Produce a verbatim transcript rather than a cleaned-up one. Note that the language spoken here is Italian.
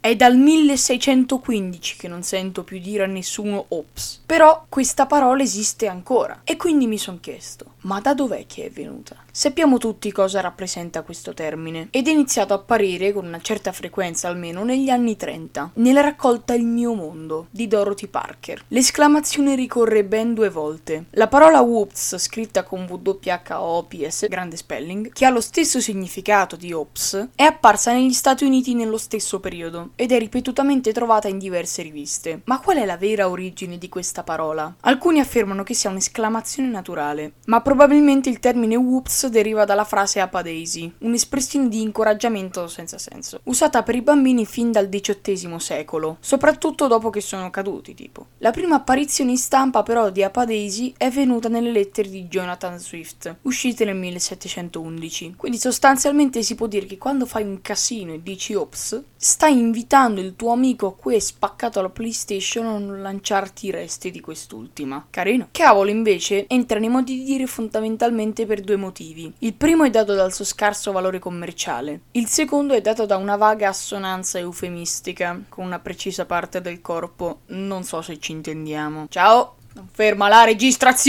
È dal milleseicentoquindici che non sento più dire a nessuno ops. Però questa parola esiste ancora. E quindi mi son chiesto, ma da dov'è che è venuta? Sappiamo tutti cosa rappresenta questo termine, ed è iniziato a apparire con una certa frequenza almeno negli anni trenta, nella raccolta Il mio mondo di Dorothy Parker. L'esclamazione ricorre ben due volte. La parola whoops, scritta con W H O P S, grande spelling, che ha lo stesso significato di ops, è apparsa negli Stati Uniti nello stesso periodo ed è ripetutamente trovata in diverse riviste. Ma qual è la vera origine di questa parola? Alcuni affermano che sia un'esclamazione naturale, ma probabilmente il termine whoops deriva dalla frase Up a Daisy, un'espressione di incoraggiamento senza senso, usata per i bambini fin dal diciottesimo secolo, soprattutto dopo che sono caduti, tipo. La prima apparizione in stampa però di Up a Daisy è venuta nelle lettere di Jonathan Swift, uscite nel millesettecentoundici. Quindi sostanzialmente si può dire che quando fai un casino e dici ops, stai invitando il tuo amico a cui hai spaccato la PlayStation a non lanciarti i resti di quest'ultima. Carino. Cavolo invece entra nei modi di dire fondamentalmente per due motivi. Il primo è dato dal suo scarso valore commerciale, il secondo è dato da una vaga assonanza eufemistica con una precisa parte del corpo. Non so se ci intendiamo. Ciao, ferma la registrazione.